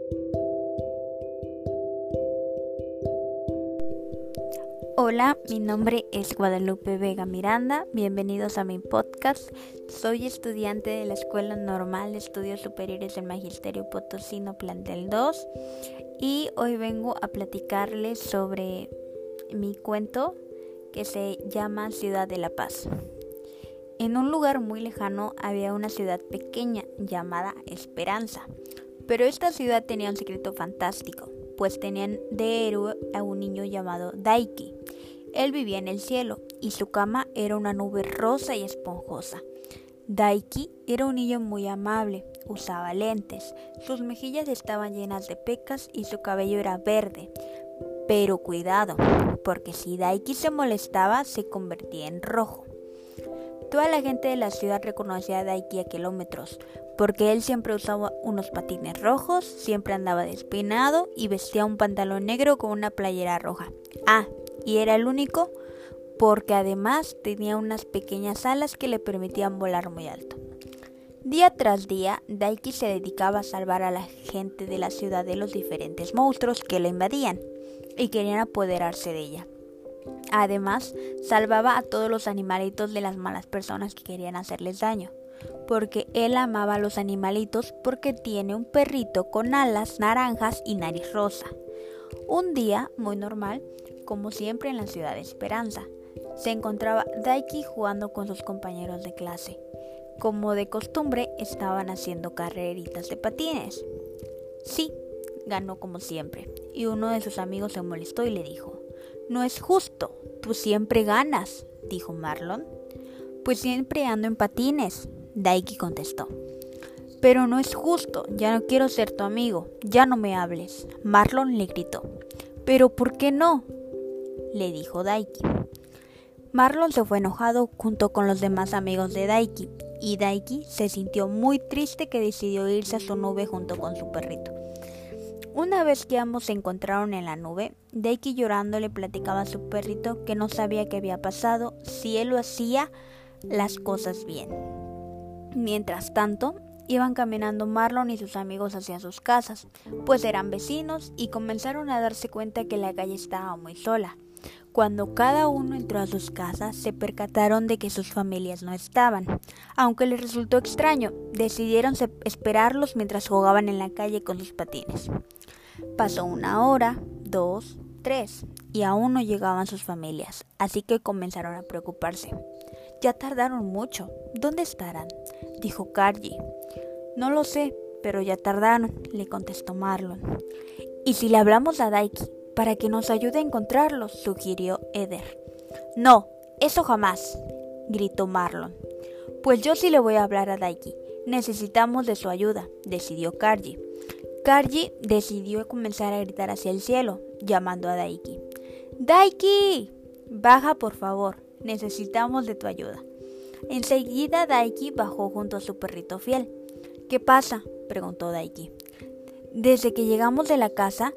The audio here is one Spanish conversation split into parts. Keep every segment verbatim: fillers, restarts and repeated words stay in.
Hola, mi nombre es Guadalupe Vega Miranda, bienvenidos a mi podcast. Soy estudiante de la Escuela Normal de Estudios Superiores del Magisterio Potosino Plantel dos y hoy vengo a platicarles sobre mi cuento que se llama Ciudad de la Paz. En un lugar muy lejano había una ciudad pequeña llamada Esperanza, pero esta ciudad tenía un secreto fantástico, pues tenían de héroe a un niño llamado Daiki. Él vivía en el cielo y su cama era una nube rosa y esponjosa. Daiki era un niño muy amable, usaba lentes, sus mejillas estaban llenas de pecas y su cabello era verde. Pero cuidado, porque si Daiki se molestaba se convertía en rojo. Toda la gente de la ciudad reconocía a Daiki a kilómetros, porque él siempre usaba unos patines rojos, siempre andaba despeinado y vestía un pantalón negro con una playera roja. Ah, y era el único porque además tenía unas pequeñas alas que le permitían volar muy alto. Día tras día, Daiki se dedicaba a salvar a la gente de la ciudad de los diferentes monstruos que la invadían y querían apoderarse de ella. Además, salvaba a todos los animalitos de las malas personas que querían hacerles daño, porque él amaba a los animalitos porque tiene un perrito con alas naranjas y nariz rosa. Un día muy normal, como siempre en la ciudad de Esperanza, se encontraba Daiki jugando con sus compañeros de clase. Como de costumbre, estaban haciendo carreritas de patines. Sí, ganó como siempre, y uno de sus amigos se molestó y le dijo: «No es justo, tú siempre ganas», dijo Marlon. «Pues siempre ando en patines», Daiki contestó. «Pero no es justo, ya no quiero ser tu amigo, ya no me hables», Marlon le gritó. «¿Pero por qué no?», le dijo Daiki. Marlon se fue enojado junto con los demás amigos de Daiki, y Daiki se sintió muy triste que decidió irse a su nube junto con su perrito. Una vez que ambos se encontraron en la nube, Daiki llorando le platicaba a su perrito que no sabía qué había pasado si él lo hacía las cosas bien. Mientras tanto, iban caminando Marlon y sus amigos hacia sus casas, pues eran vecinos y comenzaron a darse cuenta que la calle estaba muy sola. Cuando cada uno entró a sus casas, se percataron de que sus familias no estaban. Aunque les resultó extraño, decidieron esperarlos mientras jugaban en la calle con sus patines. Pasó una hora, dos, tres, y aún no llegaban sus familias, así que comenzaron a preocuparse. «Ya tardaron mucho. ¿Dónde estarán?», dijo Karji. «No lo sé, pero ya tardaron», le contestó Marlon. «¿Y si le hablamos a Daiki para que nos ayude a encontrarlos?», sugirió Eder. «No, eso jamás», gritó Marlon. «Pues yo sí le voy a hablar a Daiki. Necesitamos de su ayuda», decidió Karji. Karji decidió comenzar a gritar hacia el cielo, llamando a Daiki. «¡Daiki! Baja, por favor. Necesitamos de tu ayuda». Enseguida Daiki bajó junto a su perrito fiel. «¿Qué pasa?», preguntó Daiki. «Desde que llegamos de la casa,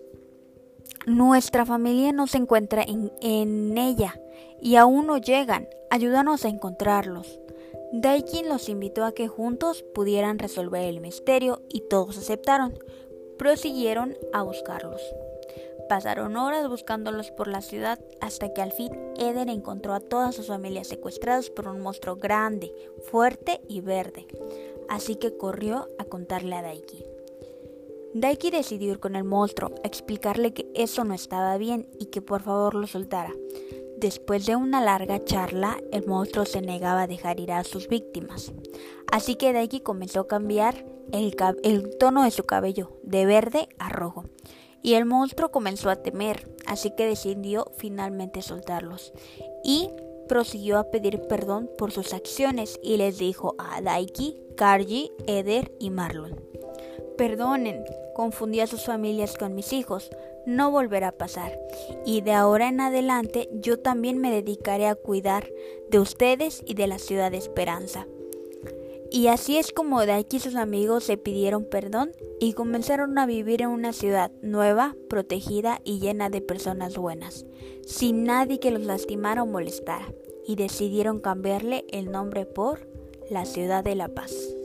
nuestra familia no se encuentra en, en ella y aún no llegan. Ayúdanos a encontrarlos». Daiki los invitó a que juntos pudieran resolver el misterio y todos aceptaron. Prosiguieron a buscarlos. Pasaron horas buscándolos por la ciudad hasta que al fin Eder encontró a todas sus familias secuestradas por un monstruo grande, fuerte y verde. Así que corrió a contarle a Daiki. Daiki decidió ir con el monstruo a explicarle que eso no estaba bien y que por favor lo soltara. Después de una larga charla, el monstruo se negaba a dejar ir a sus víctimas. Así que Daiki comenzó a cambiar el, el tono de su cabello, de verde a rojo. Y el monstruo comenzó a temer, así que decidió finalmente soltarlos. Y prosiguió a pedir perdón por sus acciones y les dijo a Daiki, Karji, Eder y Marlon: «Perdonen, confundí a sus familias con mis hijos, no volverá a pasar. Y de ahora en adelante yo también me dedicaré a cuidar de ustedes y de la ciudad de Esperanza». Y así es como Daiki y sus amigos se pidieron perdón y comenzaron a vivir en una ciudad nueva, protegida y llena de personas buenas, sin nadie que los lastimara o molestara, y decidieron cambiarle el nombre por la Ciudad de la Paz.